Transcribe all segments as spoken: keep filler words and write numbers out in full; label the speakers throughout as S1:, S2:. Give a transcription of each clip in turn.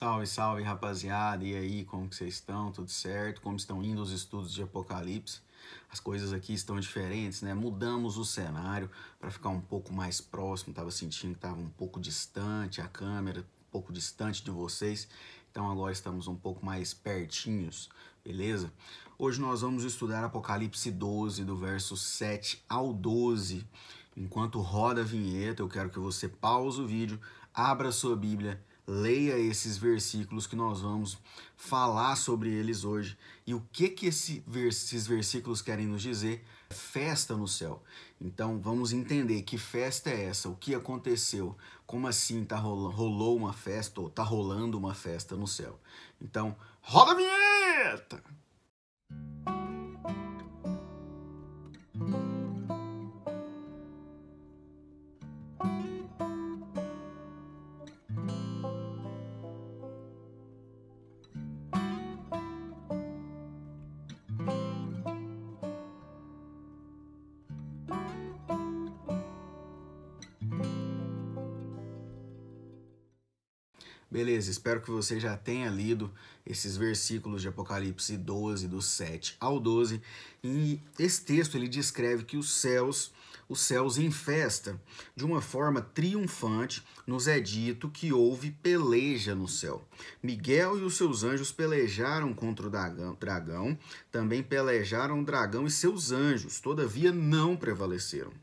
S1: Salve, salve, rapaziada. E aí, como que vocês estão? Tudo certo? Como estão indo os estudos de Apocalipse? As coisas aqui estão diferentes, né? Mudamos o cenário para ficar um pouco mais próximo. Tava sentindo que tava um pouco distante a câmera, um pouco distante de vocês. Então agora estamos um pouco mais pertinhos, beleza? Hoje nós vamos estudar Apocalipse doze, do verso sete ao doze. Enquanto roda a vinheta, eu quero que você pause o vídeo, abra sua Bíblia, leia esses versículos que nós vamos falar sobre eles hoje. E o que que esse, esses versículos querem nos dizer? Festa no céu. Então vamos entender que festa é essa, o que aconteceu, como assim tá rolando, rolou uma festa ou tá rolando uma festa no céu. Então, roda a vinheta! Beleza, espero que você já tenha lido esses versículos de Apocalipse doze, do sete ao doze. E esse texto ele descreve que os céus, os céus em festa, de uma forma triunfante, nos é dito que houve peleja no céu. Miguel e os seus anjos pelejaram contra o dragão, dragão também pelejaram o dragão e seus anjos, todavia não prevaleceram.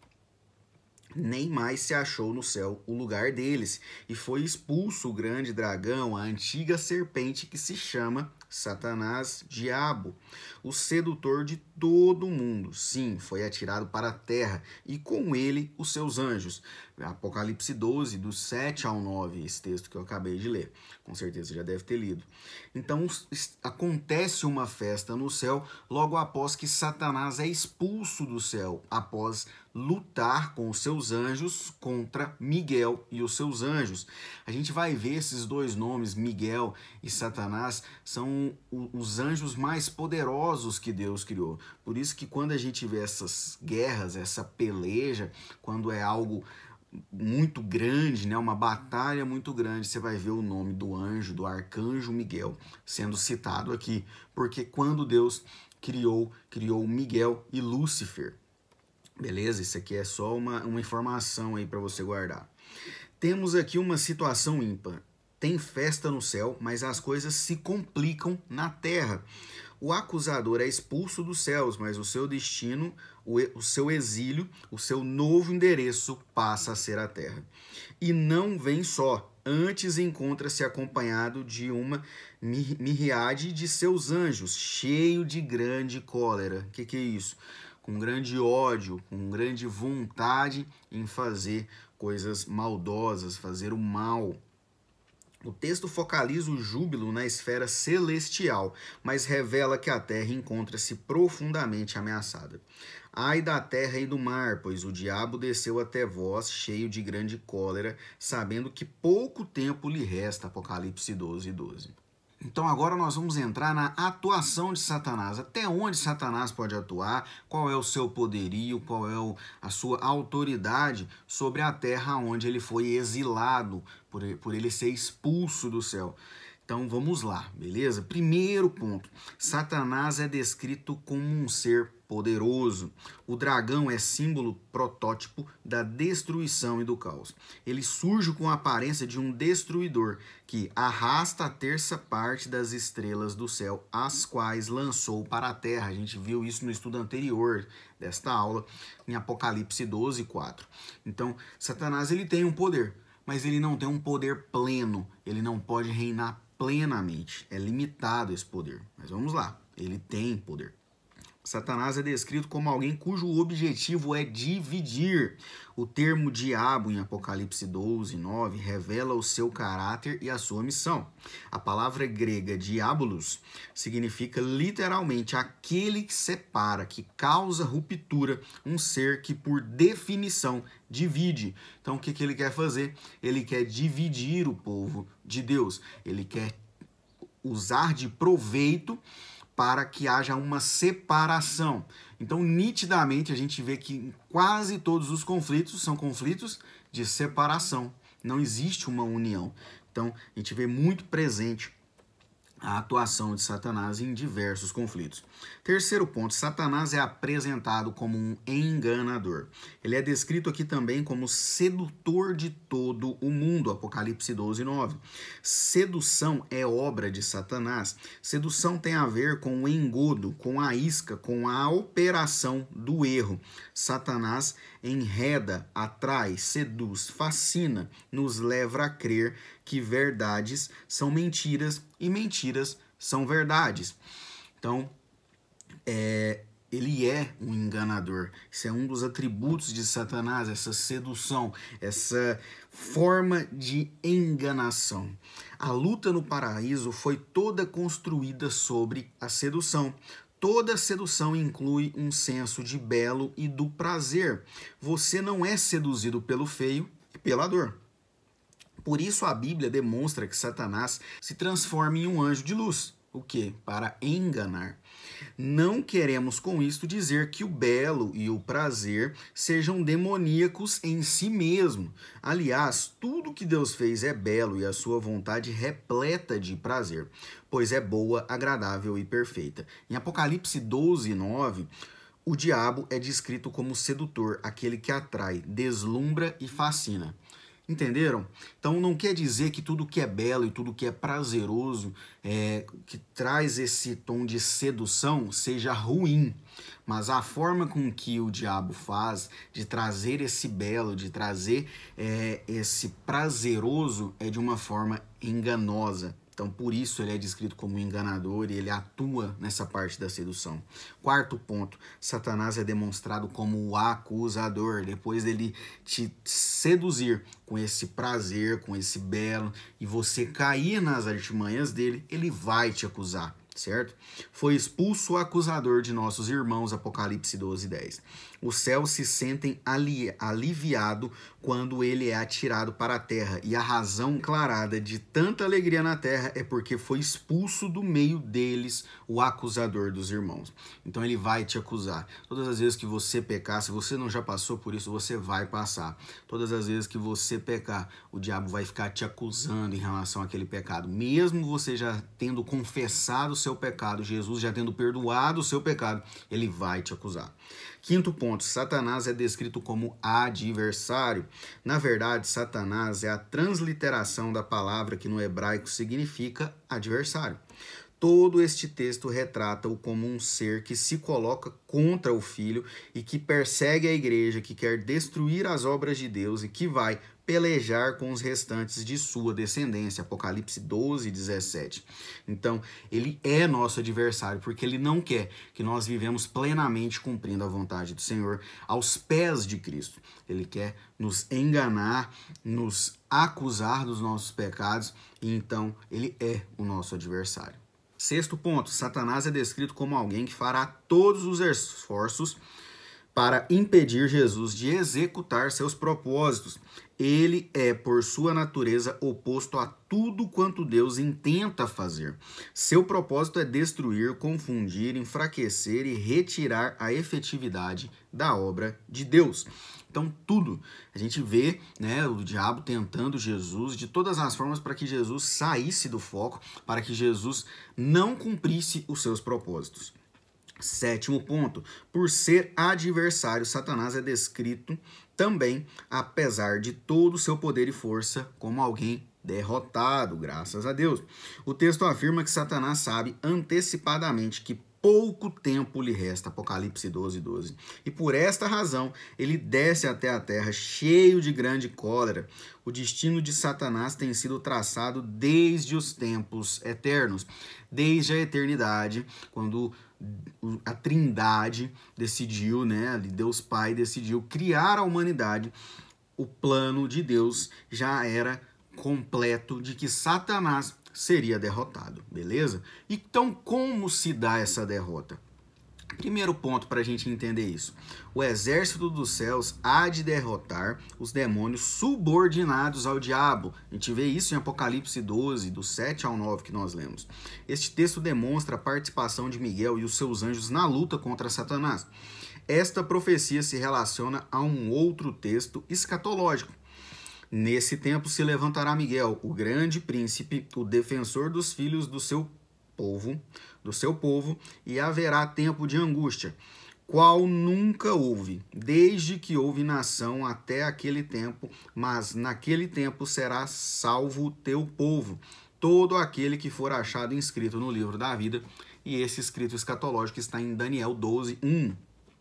S1: Nem mais se achou no céu o lugar deles, e foi expulso o grande dragão, a antiga serpente que se chama Satanás, Diabo, o sedutor de todo o mundo. Sim, foi atirado para a terra, e com ele os seus anjos. Apocalipse doze, do sete ao nove, esse texto que eu acabei de ler. Com certeza já deve ter lido. Então acontece uma festa no céu logo após que Satanás é expulso do céu, após lutar com os seus anjos contra Miguel e os seus anjos. A gente vai ver esses dois nomes, Miguel e Satanás, são os anjos mais poderosos que Deus criou. Por isso que quando a gente vê essas guerras, essa peleja, quando é algo muito grande, né, uma batalha muito grande, você vai ver o nome do anjo, do arcanjo Miguel, sendo citado aqui, porque quando Deus criou, criou Miguel e Lúcifer. Beleza? Isso aqui é só uma, uma informação aí para você guardar. Temos aqui uma situação ímpar. Tem festa no céu, mas as coisas se complicam na terra. O acusador é expulso dos céus, mas o seu destino, o, o seu exílio, o seu novo endereço passa a ser a terra. E não vem só, antes encontra-se acompanhado de uma miríade de seus anjos, cheio de grande cólera. O que, que é isso? Com grande ódio, com grande vontade em fazer coisas maldosas, fazer o mal. O texto focaliza o júbilo na esfera celestial, mas revela que a terra encontra-se profundamente ameaçada. Ai da terra e do mar, pois o diabo desceu até vós, cheio de grande cólera, sabendo que pouco tempo lhe resta. Apocalipse doze, doze. Então agora nós vamos entrar na atuação de Satanás. Até onde Satanás pode atuar, qual é o seu poderio, qual é o, a sua autoridade sobre a terra onde ele foi exilado, por, por ele ser expulso do céu. Então vamos lá, beleza? Primeiro ponto, Satanás é descrito como um ser poderoso. O dragão é símbolo protótipo da destruição e do caos. Ele surge com a aparência de um destruidor que arrasta a terça parte das estrelas do céu, as quais lançou para a terra. A gente viu isso no estudo anterior desta aula, em Apocalipse doze, quatro. Então, Satanás ele tem um poder, mas ele não tem um poder pleno. Ele não pode reinar plenamente. É limitado esse poder. Mas vamos lá, ele tem poder. Satanás é descrito como alguém cujo objetivo é dividir. O termo diabo em Apocalipse doze, nove revela o seu caráter e a sua missão. A palavra grega diabolos significa literalmente aquele que separa, que causa ruptura, um ser que por definição divide. Então o que, que ele quer fazer? Ele quer dividir o povo de Deus. Ele quer usar de proveito para que haja uma separação. Então, nitidamente, a gente vê que quase todos os conflitos são conflitos de separação. Não existe uma união. Então, a gente vê muito presente a atuação de Satanás em diversos conflitos. Terceiro ponto, Satanás é apresentado como um enganador. Ele é descrito aqui também como sedutor de todo o mundo, Apocalipse doze, nove. Sedução é obra de Satanás. Sedução tem a ver com o engodo, com a isca, com a operação do erro. Satanás enreda, atrai, seduz, fascina, nos leva a crer que verdades são mentiras e mentiras são verdades. Então, é, ele é um enganador. Isso é um dos atributos de Satanás, essa sedução, essa forma de enganação. A luta no paraíso foi toda construída sobre a sedução. Toda sedução inclui um senso de belo e do prazer. Você não é seduzido pelo feio e pela dor. Por isso a Bíblia demonstra que Satanás se transforma em um anjo de luz. O quê? Para enganar. Não queremos com isto dizer que o belo e o prazer sejam demoníacos em si mesmo. Aliás, tudo que Deus fez é belo e a sua vontade repleta de prazer, pois é boa, agradável e perfeita. Em Apocalipse doze, nove, o diabo é descrito como sedutor, aquele que atrai, deslumbra e fascina. Entenderam? Então não quer dizer que tudo que é belo e tudo que é prazeroso, é, que traz esse tom de sedução, seja ruim. Mas a forma com que o diabo faz de trazer esse belo, de trazer é, esse prazeroso, é de uma forma enganosa. Então, por isso ele é descrito como um enganador e ele atua nessa parte da sedução. Quarto ponto, Satanás é demonstrado como o acusador. Depois dele te seduzir com esse prazer, com esse belo, e você cair nas artimanhas dele, ele vai te acusar, certo? Foi expulso o acusador de nossos irmãos, Apocalipse doze, dez. Os céus se sentem ali, aliviado quando ele é atirado para a terra, e a razão clarada de tanta alegria na terra é porque foi expulso do meio deles o acusador dos irmãos. Então ele vai te acusar. Todas as vezes que você pecar, se você não já passou por isso, você vai passar. Todas as vezes que você pecar, o diabo vai ficar te acusando em relação àquele pecado. Mesmo você já tendo confessado o seu pecado, Jesus já tendo perdoado o seu pecado, ele vai te acusar. Quinto ponto, Satanás é descrito como adversário. Na verdade, Satanás é a transliteração da palavra que no hebraico significa adversário. Todo este texto retrata-o como um ser que se coloca contra o Filho e que persegue a igreja, que quer destruir as obras de Deus e que vai pelejar com os restantes de sua descendência. Apocalipse doze, dezessete. Então, ele é nosso adversário porque ele não quer que nós vivemos plenamente cumprindo a vontade do Senhor aos pés de Cristo. Ele quer nos enganar, nos acusar dos nossos pecados e então ele é o nosso adversário. Sexto ponto, Satanás é descrito como alguém que fará todos os esforços para impedir Jesus de executar seus propósitos. Ele é, por sua natureza, oposto a tudo quanto Deus intenta fazer. Seu propósito é destruir, confundir, enfraquecer e retirar a efetividade da obra de Deus. Então, tudo. A gente vê, né, o diabo tentando Jesus de todas as formas para que Jesus saísse do foco, para que Jesus não cumprisse os seus propósitos. Sétimo ponto, por ser adversário, Satanás é descrito também, apesar de todo o seu poder e força, como alguém derrotado, graças a Deus. O texto afirma que Satanás sabe antecipadamente que pouco tempo lhe resta, Apocalipse doze, doze. E por esta razão, ele desce até a terra cheio de grande cólera. O destino de Satanás tem sido traçado desde os tempos eternos, desde a eternidade, quando a Trindade decidiu, né, Deus Pai decidiu criar a humanidade. O plano de Deus já era completo de que Satanás seria derrotado, beleza? Então, como se dá essa derrota? Primeiro ponto para a gente entender isso. O exército dos céus há de derrotar os demônios subordinados ao diabo. A gente vê isso em Apocalipse doze, do sete ao nove que nós lemos. Este texto demonstra a participação de Miguel e os seus anjos na luta contra Satanás. Esta profecia se relaciona a um outro texto escatológico. Nesse tempo se levantará Miguel, o grande príncipe, o defensor dos filhos do seu povo, do seu povo, e haverá tempo de angústia, qual nunca houve, desde que houve nação até aquele tempo, mas naquele tempo será salvo o teu povo, todo aquele que for achado inscrito no livro da vida. E esse escrito escatológico está em Daniel doze, um.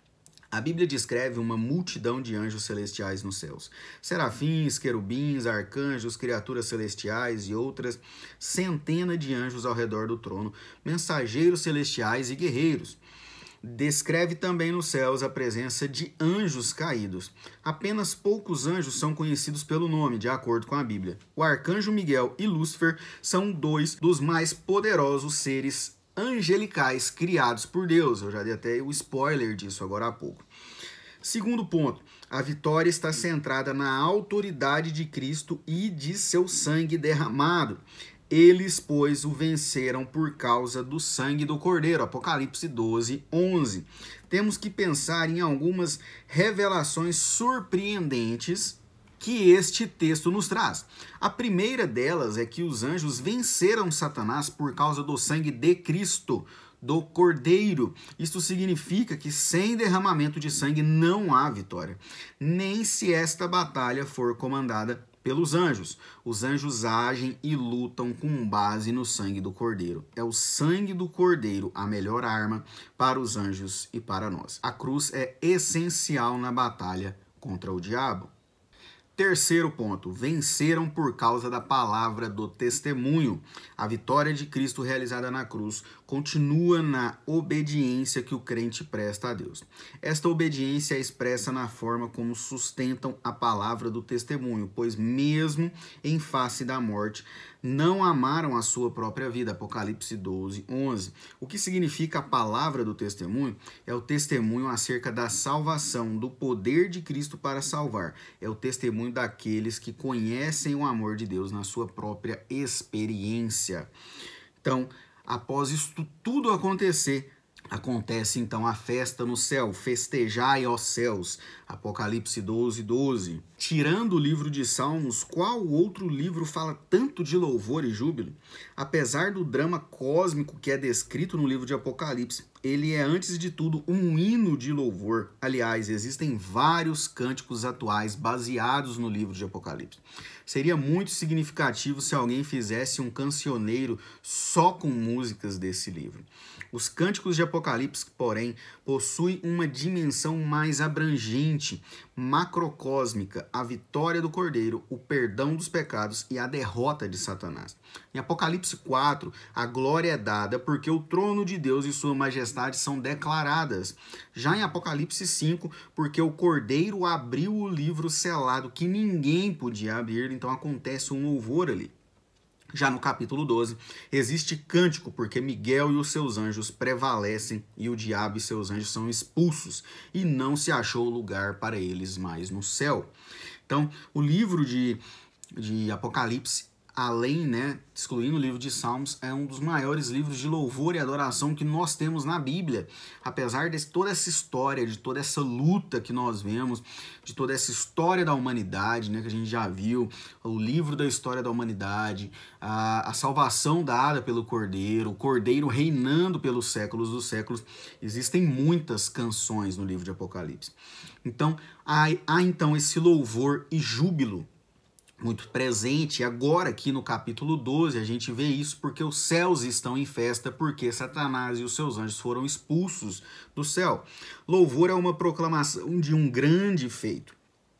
S1: A Bíblia descreve uma multidão de anjos celestiais nos céus. Serafins, querubins, arcanjos, criaturas celestiais e outras centenas de anjos ao redor do trono, mensageiros celestiais e guerreiros. Descreve também nos céus a presença de anjos caídos. Apenas poucos anjos são conhecidos pelo nome, de acordo com a Bíblia. O arcanjo Miguel e Lúcifer são dois dos mais poderosos seres angelicais criados por Deus. Eu já dei até o spoiler disso agora há pouco. Segundo ponto, a vitória está centrada na autoridade de Cristo e de seu sangue derramado. Eles, pois, o venceram por causa do sangue do Cordeiro. Apocalipse doze, onze. Temos que pensar em algumas revelações surpreendentes que este texto nos traz. A primeira delas é que os anjos venceram Satanás por causa do sangue de Cristo, do Cordeiro. Isto significa que sem derramamento de sangue não há vitória, nem se esta batalha for comandada pelos anjos. Os anjos agem e lutam com base no sangue do Cordeiro. É o sangue do Cordeiro a melhor arma para os anjos e para nós. A cruz é essencial na batalha contra o diabo. Terceiro ponto, venceram por causa da palavra do testemunho. A vitória de Cristo realizada na cruz continua na obediência que o crente presta a Deus. Esta obediência é expressa na forma como sustentam a palavra do testemunho, pois mesmo em face da morte, não amaram a sua própria vida. Apocalipse doze, onze. O que significa a palavra do testemunho? É o testemunho acerca da salvação, do poder de Cristo para salvar. É o testemunho daqueles que conhecem o amor de Deus na sua própria experiência. Então, após isto tudo acontecer, acontece então a festa no céu. Festejai, ó céus. Apocalipse doze, doze. Tirando o livro de Salmos, qual outro livro fala tanto de louvor e júbilo? Apesar do drama cósmico que é descrito no livro de Apocalipse, ele é, antes de tudo, um hino de louvor. Aliás, existem vários cânticos atuais baseados no livro de Apocalipse. Seria muito significativo se alguém fizesse um cancioneiro só com músicas desse livro. Os cânticos de Apocalipse, porém, possuem uma dimensão mais abrangente, macrocósmica, a vitória do Cordeiro, o perdão dos pecados e a derrota de Satanás. Em Apocalipse quatro, a glória é dada porque o trono de Deus e sua majestade são declaradas. Já em Apocalipse cinco, porque o Cordeiro abriu o livro selado que ninguém podia abrir, então acontece um louvor ali. Já no capítulo doze, existe cântico porque Miguel e os seus anjos prevalecem e o diabo e seus anjos são expulsos e não se achou lugar para eles mais no céu. Então, o livro de, de Apocalipse, além, né, excluindo o livro de Salmos, é um dos maiores livros de louvor e adoração que nós temos na Bíblia. Apesar de toda essa história, de toda essa luta que nós vemos, de toda essa história da humanidade, né, que a gente já viu, o livro da história da humanidade, a, a salvação dada pelo Cordeiro, o Cordeiro reinando pelos séculos dos séculos, existem muitas canções no livro de Apocalipse. Então, há, há então esse louvor e júbilo muito presente. Agora aqui no capítulo doze a gente vê isso porque os céus estão em festa, porque Satanás e os seus anjos foram expulsos do céu. Louvor é uma proclamação de um grande feito,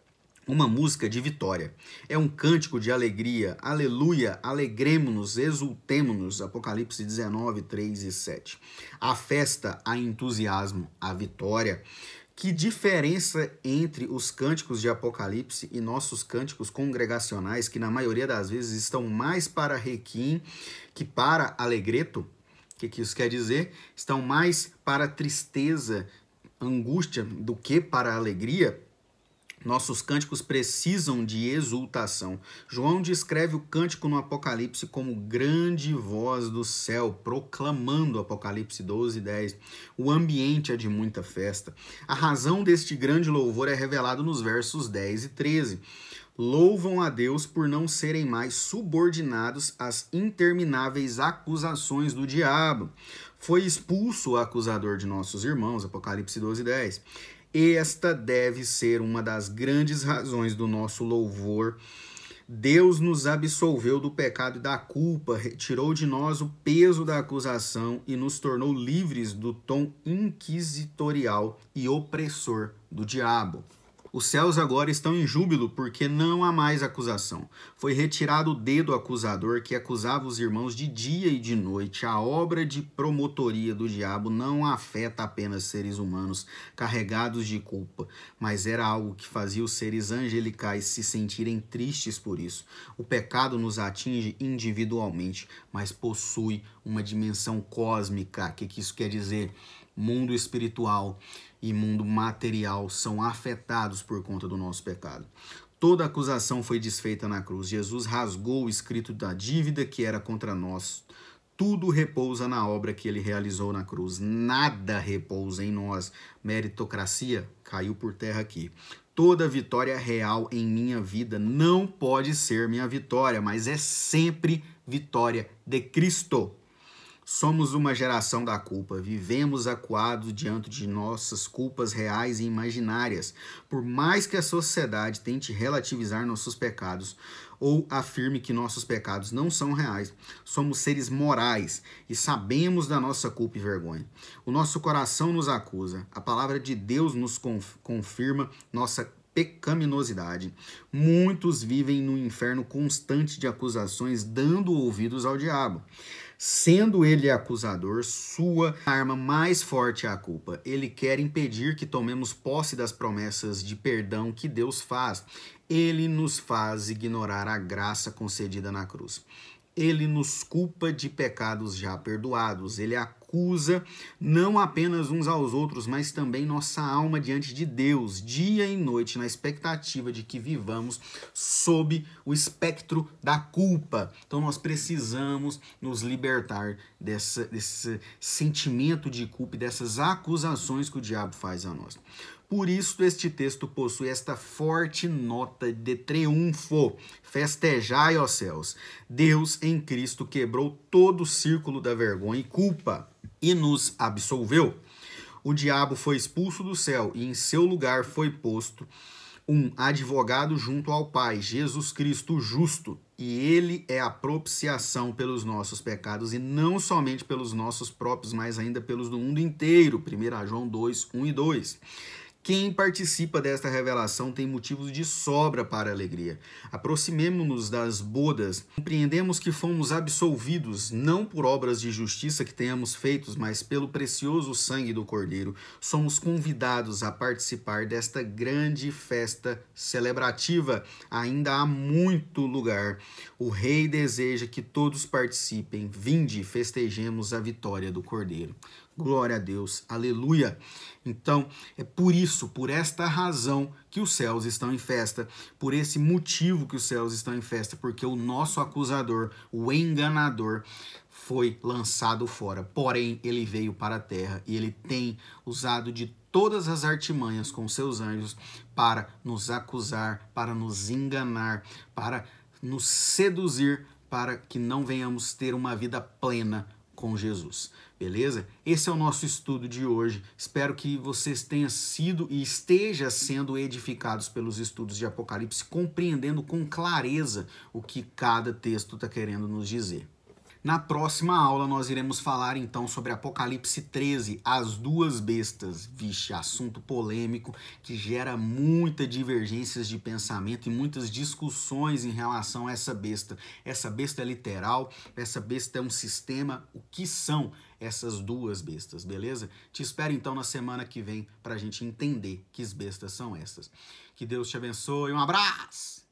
S1: uma música de vitória, é um cântico de alegria. Aleluia, alegremo-nos, exultemo-nos. Apocalipse dezenove, três e sete. A festa, a entusiasmo, a vitória. Que diferença entre os cânticos de Apocalipse e nossos cânticos congregacionais, que na maioria das vezes estão mais para requiem que para alegreto? O que, que isso quer dizer? Estão mais para tristeza, angústia do que para alegria? Nossos cânticos precisam de exultação. João descreve o cântico no Apocalipse como grande voz do céu, proclamando, Apocalipse doze, dez. O ambiente é de muita festa. A razão deste grande louvor é revelado nos versos dez e treze. louvam a Deus por não serem mais subordinados às intermináveis acusações do diabo. Foi expulso o acusador de nossos irmãos, Apocalipse doze, dez. Esta deve ser uma das grandes razões do nosso louvor. Deus nos absolveu do pecado e da culpa, retirou de nós o peso da acusação e nos tornou livres do tom inquisitorial e opressor do diabo. Os céus agora estão em júbilo porque não há mais acusação. Foi retirado o dedo acusador que acusava os irmãos de dia e de noite. A obra de promotoria do diabo não afeta apenas seres humanos carregados de culpa, mas era algo que fazia os seres angelicais se sentirem tristes por isso. O pecado nos atinge individualmente, mas possui uma dimensão cósmica. O que, que isso quer dizer? Mundo espiritual e mundo material são afetados por conta do nosso pecado. Toda acusação foi desfeita na cruz. Jesus rasgou o escrito da dívida que era contra nós. Tudo repousa na obra que ele realizou na cruz. Nada repousa em nós. Meritocracia caiu por terra aqui. Toda vitória real em minha vida não pode ser minha vitória, mas é sempre vitória de Cristo. Somos uma geração da culpa, vivemos acuados diante de nossas culpas reais e imaginárias. Por mais que a sociedade tente relativizar nossos pecados ou afirme que nossos pecados não são reais, somos seres morais e sabemos da nossa culpa e vergonha. O nosso coração nos acusa, a palavra de Deus nos confirma nossa pecaminosidade. Muitos vivem no inferno constante de acusações, dando ouvidos ao diabo. Sendo ele acusador, sua arma mais forte é a culpa. Ele quer impedir que tomemos posse das promessas de perdão que Deus faz. Ele nos faz ignorar a graça concedida na cruz. Ele nos culpa de pecados já perdoados. Ele acusa não apenas uns aos outros, mas também nossa alma diante de Deus, dia e noite, na expectativa de que vivamos sob o espectro da culpa. Então nós precisamos nos libertar dessa, desse sentimento de culpa e dessas acusações que o diabo faz a nós. Por isso, este texto possui esta forte nota de triunfo. Festejai, ó céus! Deus em Cristo quebrou todo o círculo da vergonha e culpa e nos absolveu. O diabo foi expulso do céu e em seu lugar foi posto um advogado junto ao Pai, Jesus Cristo justo, e ele é a propiciação pelos nossos pecados, e não somente pelos nossos próprios, mas ainda pelos do mundo inteiro. primeiro João dois, um e dois. Quem participa desta revelação tem motivos de sobra para alegria. Aproximemo-nos das bodas. Compreendemos que fomos absolvidos, não por obras de justiça que tenhamos feitos, mas pelo precioso sangue do Cordeiro. Somos convidados a participar desta grande festa celebrativa. Ainda há muito lugar. O Rei deseja que todos participem. Vinde, festejemos a vitória do Cordeiro. Glória a Deus, aleluia. Então, é por isso, por esta razão que os céus estão em festa, por esse motivo que os céus estão em festa, porque o nosso acusador, o enganador, foi lançado fora. Porém, ele veio para a terra e ele tem usado de todas as artimanhas com seus anjos para nos acusar, para nos enganar, para nos seduzir, para que não venhamos ter uma vida plena com Jesus, beleza? Esse é o nosso estudo de hoje. Espero que vocês tenham sido e esteja sendo edificados pelos estudos de Apocalipse, compreendendo com clareza o que cada texto está querendo nos dizer. Na próxima aula nós iremos falar então sobre Apocalipse treze, as duas bestas. Vixe, assunto polêmico que gera muitas divergências de pensamento e muitas discussões em relação a essa besta. Essa besta é literal, essa besta é um sistema. O que são essas duas bestas, beleza? Te espero então na semana que vem para a gente entender que bestas são essas. Que Deus te abençoe, um abraço!